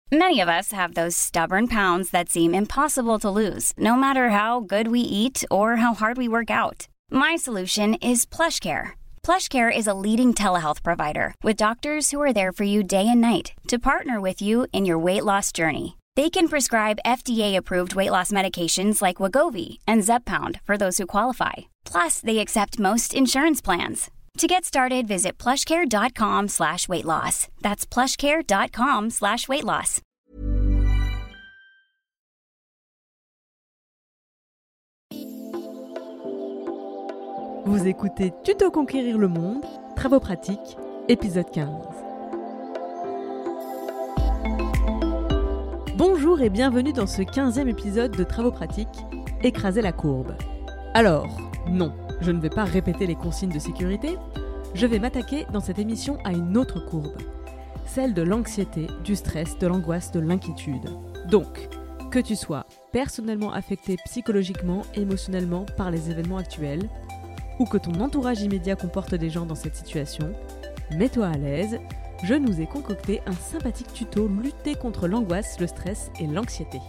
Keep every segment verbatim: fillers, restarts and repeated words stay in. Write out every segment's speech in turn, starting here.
Many of us have those stubborn pounds that seem impossible to lose, no matter how good we eat or how hard we work out. My solution is PlushCare. PlushCare is a leading telehealth provider with doctors who are there for you day and night to partner with you in your weight loss journey. They can prescribe F D A-approved weight loss medications like Wegovy and Zepbound for those who qualify. Plus, they accept most insurance plans. To get started, visit plushcare.com slash weight loss. That's plushcare.com slash weight loss. Vous écoutez Tuto Conquérir le Monde, Travaux pratiques, épisode quinze. Bonjour et bienvenue dans ce quinzième épisode de Travaux pratiques, Écraser la courbe. Alors, non, je ne vais pas répéter les consignes de sécurité, je vais m'attaquer dans cette émission à une autre courbe, celle de l'anxiété, du stress, de l'angoisse, de l'inquiétude. Donc, que tu sois personnellement affecté psychologiquement, émotionnellement par les événements actuels, ou que ton entourage immédiat comporte des gens dans cette situation, mets-toi à l'aise, je nous ai concocté un sympathique tuto lutter contre l'angoisse, le stress et l'anxiété.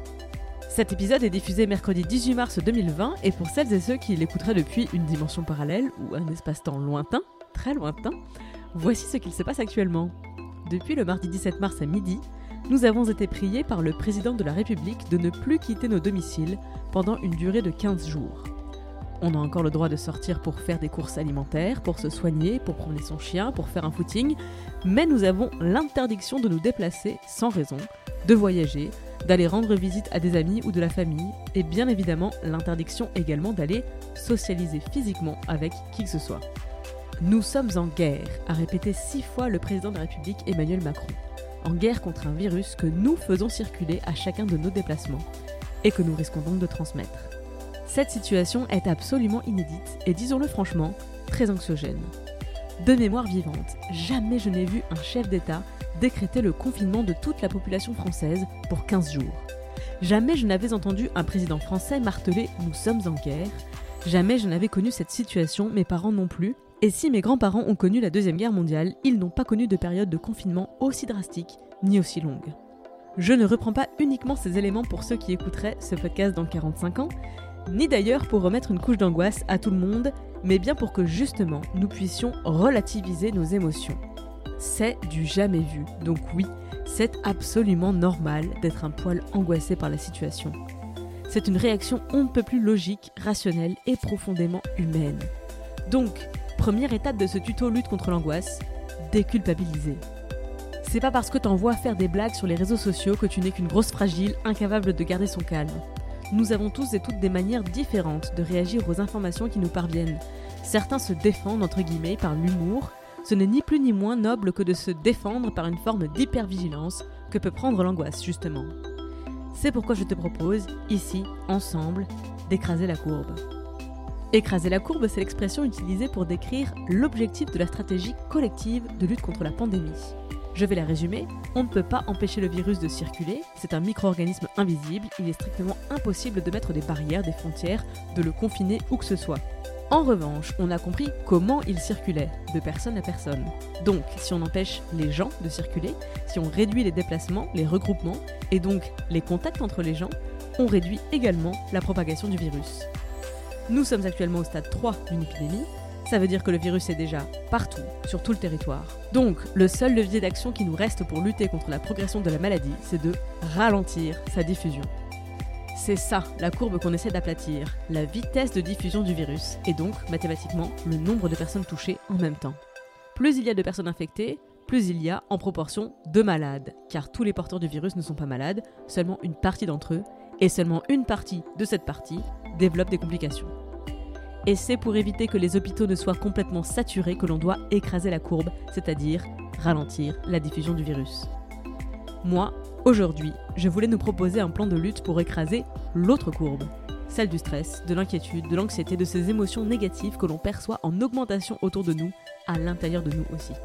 Cet épisode est diffusé mercredi dix-huit mars deux mille vingt et pour celles et ceux qui l'écouteraient depuis une dimension parallèle ou un espace-temps lointain, très lointain, voici ce qu'il se passe actuellement. Depuis le mardi dix-sept mars à midi, nous avons été priés par le président de la République de ne plus quitter nos domiciles pendant une durée de quinze jours. On a encore le droit de sortir pour faire des courses alimentaires, pour se soigner, pour promener son chien, pour faire un footing, mais nous avons l'interdiction de nous déplacer sans raison, de voyager, d'aller rendre visite à des amis ou de la famille, et bien évidemment l'interdiction également d'aller socialiser physiquement avec qui que ce soit. Nous sommes en guerre, a répété six fois le président de la République Emmanuel Macron, en guerre contre un virus que nous faisons circuler à chacun de nos déplacements, et que nous risquons donc de transmettre. Cette situation est absolument inédite et disons-le franchement, très anxiogène. De mémoire vivante, jamais je n'ai vu un chef d'État décréter le confinement de toute la population française pour quinze jours. Jamais je n'avais entendu un président français marteler « nous sommes en guerre ». Jamais je n'avais connu cette situation, mes parents non plus. Et si mes grands-parents ont connu la Deuxième Guerre mondiale, ils n'ont pas connu de période de confinement aussi drastique ni aussi longue. Je ne reprends pas uniquement ces éléments pour ceux qui écouteraient ce podcast dans quarante-cinq ans, ni d'ailleurs pour remettre une couche d'angoisse à tout le monde, mais bien pour que justement nous puissions relativiser nos émotions. C'est du jamais vu, donc oui, c'est absolument normal d'être un poil angoissé par la situation. C'est une réaction on ne peut plus logique, rationnelle et profondément humaine. Donc, première étape de ce tuto lutte contre l'angoisse, déculpabiliser. C'est pas parce que t'envoies faire des blagues sur les réseaux sociaux que tu n'es qu'une grosse fragile, incapable de garder son calme. Nous avons tous et toutes des manières différentes de réagir aux informations qui nous parviennent. Certains se défendent entre guillemets par l'humour. Ce n'est ni plus ni moins noble que de se défendre par une forme d'hypervigilance que peut prendre l'angoisse justement. C'est pourquoi je te propose, ici, ensemble, d'écraser la courbe. Écraser la courbe, c'est l'expression utilisée pour décrire l'objectif de la stratégie collective de lutte contre la pandémie. Je vais la résumer, on ne peut pas empêcher le virus de circuler, c'est un micro-organisme invisible, il est strictement impossible de mettre des barrières, des frontières, de le confiner où que ce soit. En revanche, on a compris comment il circulait, de personne à personne. Donc, si on empêche les gens de circuler, si on réduit les déplacements, les regroupements, et donc les contacts entre les gens, on réduit également la propagation du virus. Nous sommes actuellement au stade trois d'une épidémie, ça veut dire que le virus est déjà partout, sur tout le territoire. Donc, le seul levier d'action qui nous reste pour lutter contre la progression de la maladie, c'est de ralentir sa diffusion. C'est ça, la courbe qu'on essaie d'aplatir, la vitesse de diffusion du virus, et donc, mathématiquement, le nombre de personnes touchées en même temps. Plus il y a de personnes infectées, plus il y a, en proportion, de malades, car tous les porteurs du virus ne sont pas malades, seulement une partie d'entre eux, et seulement une partie de cette partie développe des complications. Et c'est pour éviter que les hôpitaux ne soient complètement saturés que l'on doit écraser la courbe, c'est-à-dire ralentir la diffusion du virus. Moi, aujourd'hui, je voulais nous proposer un plan de lutte pour écraser l'autre courbe, celle du stress, de l'inquiétude, de l'anxiété, de ces émotions négatives que l'on perçoit en augmentation autour de nous, à l'intérieur de nous aussi.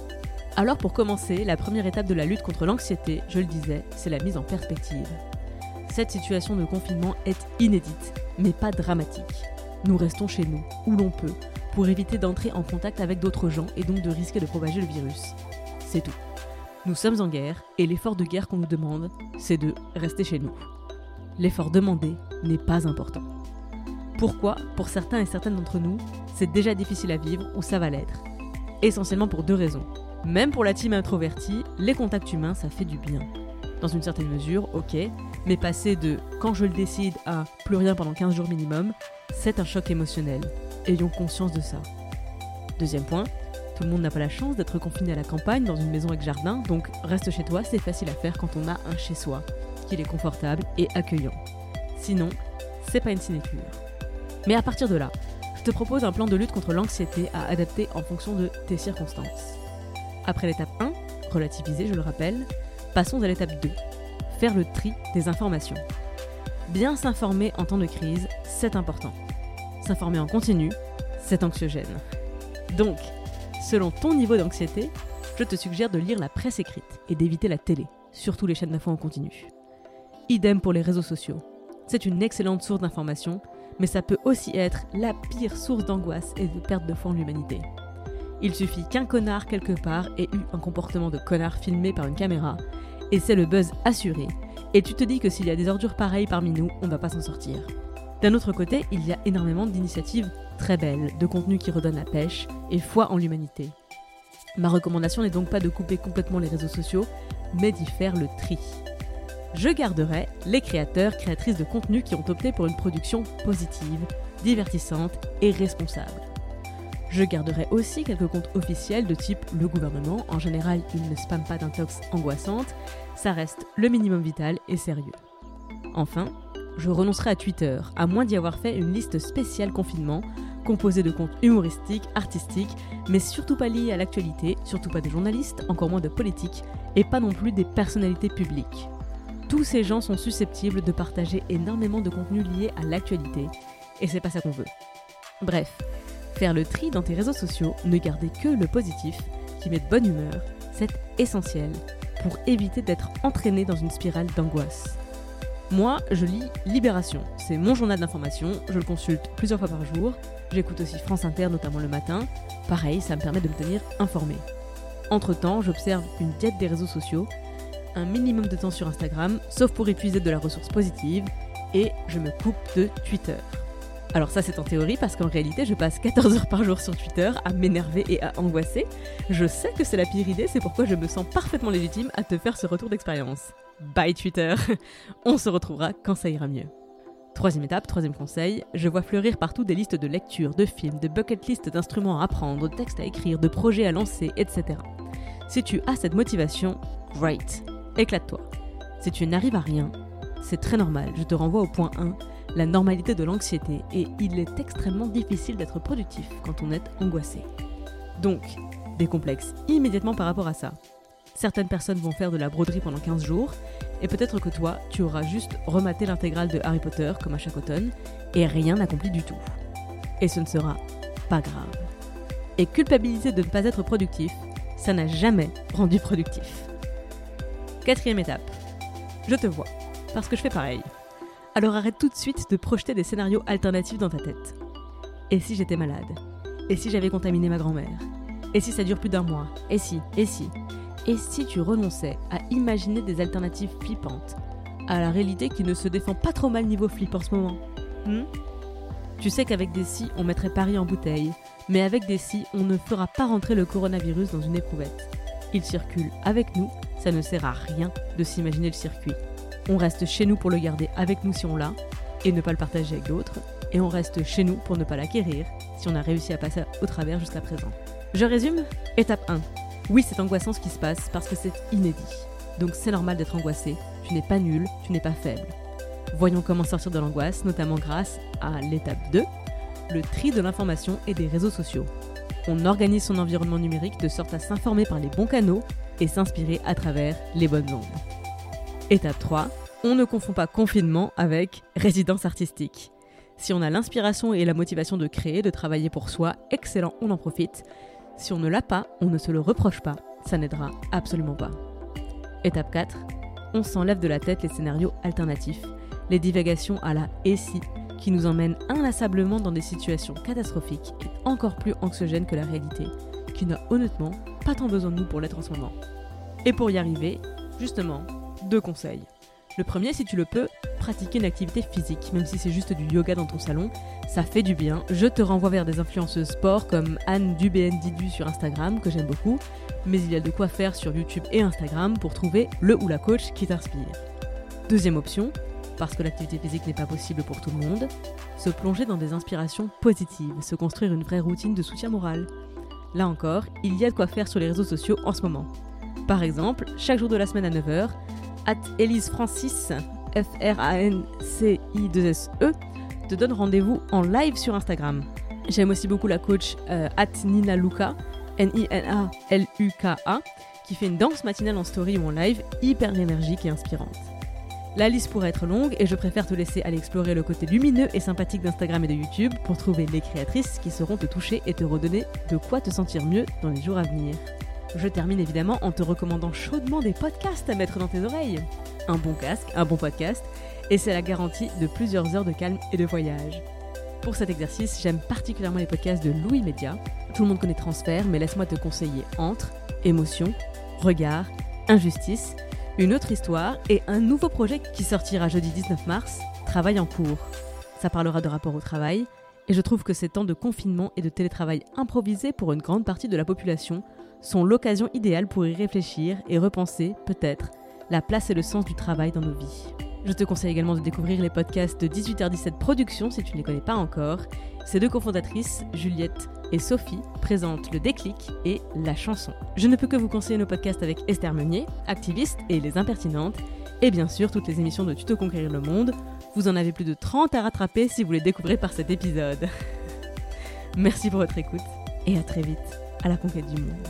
Alors pour commencer, la première étape de la lutte contre l'anxiété, je le disais, c'est la mise en perspective. Cette situation de confinement est inédite, mais pas dramatique. Nous restons chez nous, où l'on peut, pour éviter d'entrer en contact avec d'autres gens et donc de risquer de propager le virus. C'est tout. Nous sommes en guerre et l'effort de guerre qu'on nous demande, c'est de rester chez nous. L'effort demandé n'est pas important. Pourquoi, pour certains et certaines d'entre nous, c'est déjà difficile à vivre ou ça va l'être? Essentiellement pour deux raisons. Même pour la team introvertie, les contacts humains, ça fait du bien. Dans une certaine mesure, ok, mais passer de « quand je le décide » à « plus rien pendant quinze jours minimum », c'est un choc émotionnel. Ayons conscience de ça. Deuxième point, tout le monde n'a pas la chance d'être confiné à la campagne dans une maison avec jardin, donc reste chez toi, c'est facile à faire quand on a un chez-soi, qu'il est confortable et accueillant. Sinon, c'est pas une sinécure. Mais à partir de là, je te propose un plan de lutte contre l'anxiété à adapter en fonction de tes circonstances. Après l'étape un, relativiser, je le rappelle, passons à l'étape deux, faire le tri des informations. Bien s'informer en temps de crise, c'est important. S'informer en continu, c'est anxiogène. Donc, selon ton niveau d'anxiété, je te suggère de lire la presse écrite et d'éviter la télé, surtout les chaînes d'infos en continu. Idem pour les réseaux sociaux. C'est une excellente source d'information, mais ça peut aussi être la pire source d'angoisse et de perte de foi en l'humanité. Il suffit qu'un connard quelque part ait eu un comportement de connard filmé par une caméra, et c'est le buzz assuré, et tu te dis que s'il y a des ordures pareilles parmi nous, on ne va pas s'en sortir. D'un autre côté, il y a énormément d'initiatives très belles, de contenus qui redonnent la pêche et foi en l'humanité. Ma recommandation n'est donc pas de couper complètement les réseaux sociaux, mais d'y faire le tri. Je garderai les créateurs, créatrices de contenu qui ont opté pour une production positive, divertissante et responsable. Je garderai aussi quelques comptes officiels de type le gouvernement, en général ils ne spamment pas d'intox angoissantes, ça reste le minimum vital et sérieux. Enfin, je renoncerai à Twitter, à moins d'y avoir fait une liste spéciale confinement, composée de comptes humoristiques, artistiques, mais surtout pas liés à l'actualité, surtout pas des journalistes, encore moins de politiques, et pas non plus des personnalités publiques. Tous ces gens sont susceptibles de partager énormément de contenu lié à l'actualité, et c'est pas ça qu'on veut. Bref, faire le tri dans tes réseaux sociaux, ne garder que le positif, qui met de bonne humeur, c'est essentiel pour éviter d'être entraîné dans une spirale d'angoisse. Moi, je lis Libération, c'est mon journal d'information, je le consulte plusieurs fois par jour, j'écoute aussi France Inter, notamment le matin, pareil, ça me permet de me tenir informée. Entre-temps, j'observe une diète des réseaux sociaux, un minimum de temps sur Instagram, sauf pour épuiser de la ressource positive, et je me coupe de Twitter. Alors ça c'est en théorie parce qu'en réalité je passe quatorze heures par jour sur Twitter à m'énerver et à angoisser. Je sais que c'est la pire idée, c'est pourquoi je me sens parfaitement légitime à te faire ce retour d'expérience. Bye Twitter. On se retrouvera quand ça ira mieux. Troisième étape, troisième conseil, je vois fleurir partout des listes de lectures, de films, de bucket list d'instruments à apprendre, de textes à écrire, de projets à lancer, et cetera. Si tu as cette motivation, great, éclate-toi. Si tu n'arrives à rien, c'est très normal, je te renvoie au point un, la normalité de l'anxiété, et il est extrêmement difficile d'être productif quand on est angoissé. Donc, décomplexe immédiatement par rapport à ça. Certaines personnes vont faire de la broderie pendant quinze jours, et peut-être que toi, tu auras juste rematé l'intégrale de Harry Potter comme à chaque automne, et rien accompli du tout. Et ce ne sera pas grave. Et culpabiliser de ne pas être productif, ça n'a jamais rendu productif. Quatrième étape, je te vois, parce que je fais pareil. Alors arrête tout de suite de projeter des scénarios alternatifs dans ta tête. Et si j'étais malade? Et si j'avais contaminé ma grand-mère? Et si ça dure plus d'un mois? Et si? Et si? Et si tu renonçais à imaginer des alternatives flippantes à la réalité qui ne se défend pas trop mal niveau flip en ce moment? hmm Tu sais qu'avec des si, on mettrait Paris en bouteille, mais avec des si, on ne fera pas rentrer le coronavirus dans une éprouvette. Il circule avec nous, ça ne sert à rien de s'imaginer le circuit. On reste chez nous pour le garder avec nous si on l'a, et ne pas le partager avec d'autres, et on reste chez nous pour ne pas l'acquérir, si on a réussi à passer au travers jusqu'à présent. Je résume, étape un. Oui, c'est angoissant ce qui se passe, parce que c'est inédit. Donc c'est normal d'être angoissé, tu n'es pas nul, tu n'es pas faible. Voyons comment sortir de l'angoisse, notamment grâce à l'étape deux, le tri de l'information et des réseaux sociaux. On organise son environnement numérique de sorte à s'informer par les bons canaux et s'inspirer à travers les bonnes ondes. Étape trois, on ne confond pas confinement avec résidence artistique. Si on a l'inspiration et la motivation de créer, de travailler pour soi, excellent, on en profite. Si on ne l'a pas, on ne se le reproche pas, ça n'aidera absolument pas. Étape quatre, on s'enlève de la tête les scénarios alternatifs, les divagations à la « et si » qui nous emmènent inlassablement dans des situations catastrophiques et encore plus anxiogènes que la réalité, qui n'a honnêtement pas tant besoin de nous pour l'être en ce moment. Et pour y arriver, justement, deux conseils. Le premier, si tu le peux, pratiquer une activité physique, même si c'est juste du yoga dans ton salon, ça fait du bien. Je te renvoie vers des influenceuses sport comme Anne du B N Didu sur Instagram, que j'aime beaucoup, mais il y a de quoi faire sur YouTube et Instagram pour trouver le ou la coach qui t'inspire. Deuxième option, parce que l'activité physique n'est pas possible pour tout le monde, se plonger dans des inspirations positives, se construire une vraie routine de soutien moral. Là encore, il y a de quoi faire sur les réseaux sociaux en ce moment. Par exemple, chaque jour de la semaine à neuf heures, at Elise Francis, F R A N C I deux S E, te donne rendez-vous en live sur Instagram. J'aime aussi beaucoup la coach euh, at Nina Luka, N I N A L U K A, qui fait une danse matinale en story ou en live hyper énergique et inspirante. La liste pourrait être longue et je préfère te laisser aller explorer le côté lumineux et sympathique d'Instagram et de YouTube pour trouver les créatrices qui sauront te toucher et te redonner de quoi te sentir mieux dans les jours à venir. Je termine évidemment en te recommandant chaudement des podcasts à mettre dans tes oreilles. Un bon casque, un bon podcast, et c'est la garantie de plusieurs heures de calme et de voyage. Pour cet exercice, j'aime particulièrement les podcasts de Louis Média. Tout le monde connaît Transfert, mais laisse-moi te conseiller Entre, Émotion, Regard, Injustice, Une autre histoire et un nouveau projet qui sortira jeudi dix-neuf mars, Travail en cours. Ça parlera de rapport au travail, et je trouve que ces temps de confinement et de télétravail improvisé pour une grande partie de la population sont l'occasion idéale pour y réfléchir et repenser, peut-être, la place et le sens du travail dans nos vies. Je te conseille également de découvrir les podcasts de dix-huit heures dix-sept Productions si tu ne les connais pas encore. Ces deux cofondatrices, Juliette et Sophie, présentent Le Déclic et La Chanson. Je ne peux que vous conseiller nos podcasts avec Esther Meunier, Activiste et Les Impertinentes, et bien sûr toutes les émissions de Tuto Conquérir le Monde. Vous en avez plus de trente à rattraper si vous les découvrez par cet épisode. Merci pour votre écoute et à très vite à la conquête du monde.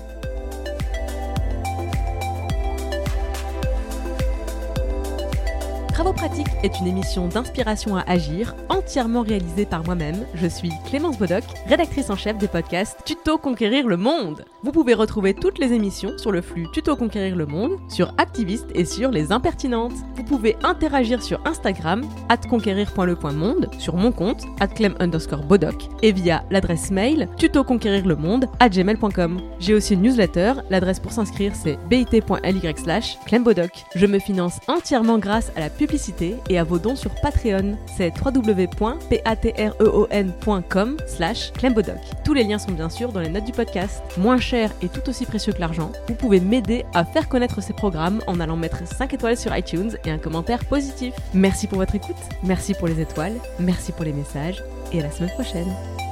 Travaux pratiques est une émission d'inspiration à agir, entièrement réalisée par moi-même. Je suis Clémence Bodoc, rédactrice en chef des podcasts Tuto Conquérir le Monde. Vous pouvez retrouver toutes les émissions sur le flux Tuto Conquérir le Monde, sur Activiste et sur Les Impertinentes. Vous pouvez interagir sur Instagram, arobase conquérir point le point monde, sur mon compte, arobase clem underscore bodoc, et via l'adresse mail tutoconquérirlemonde arobase gmail point com. J'ai aussi une newsletter, l'adresse pour s'inscrire c'est bit point l y slash clembodoc. Je me finance entièrement grâce à la publicité et à vos dons sur Patreon. C'est w w w point patreon point com slash clembodoc. Tous les liens sont bien sûr dans les notes du podcast. Moins cher et tout aussi précieux que l'argent, vous pouvez m'aider à faire connaître ces programmes en allant mettre cinq étoiles sur iTunes et un commentaire positif. Merci pour votre écoute, merci pour les étoiles, merci pour les messages et à la semaine prochaine.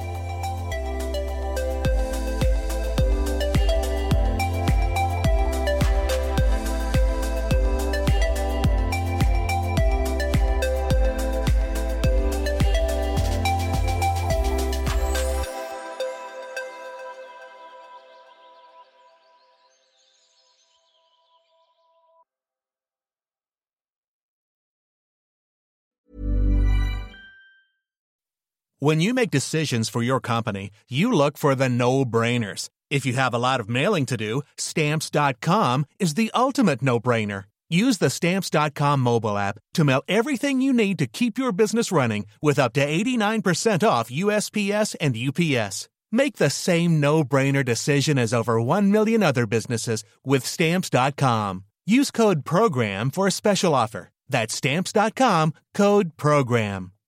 When you make decisions for your company, you look for the no-brainers. If you have a lot of mailing to do, Stamps dot com is the ultimate no-brainer. Use the Stamps dot com mobile app to mail everything you need to keep your business running with up to eighty-nine percent off U S P S and U P S. Make the same no-brainer decision as over one million other businesses with Stamps dot com. Use code PROGRAM for a special offer. That's Stamps dot com, code PROGRAM.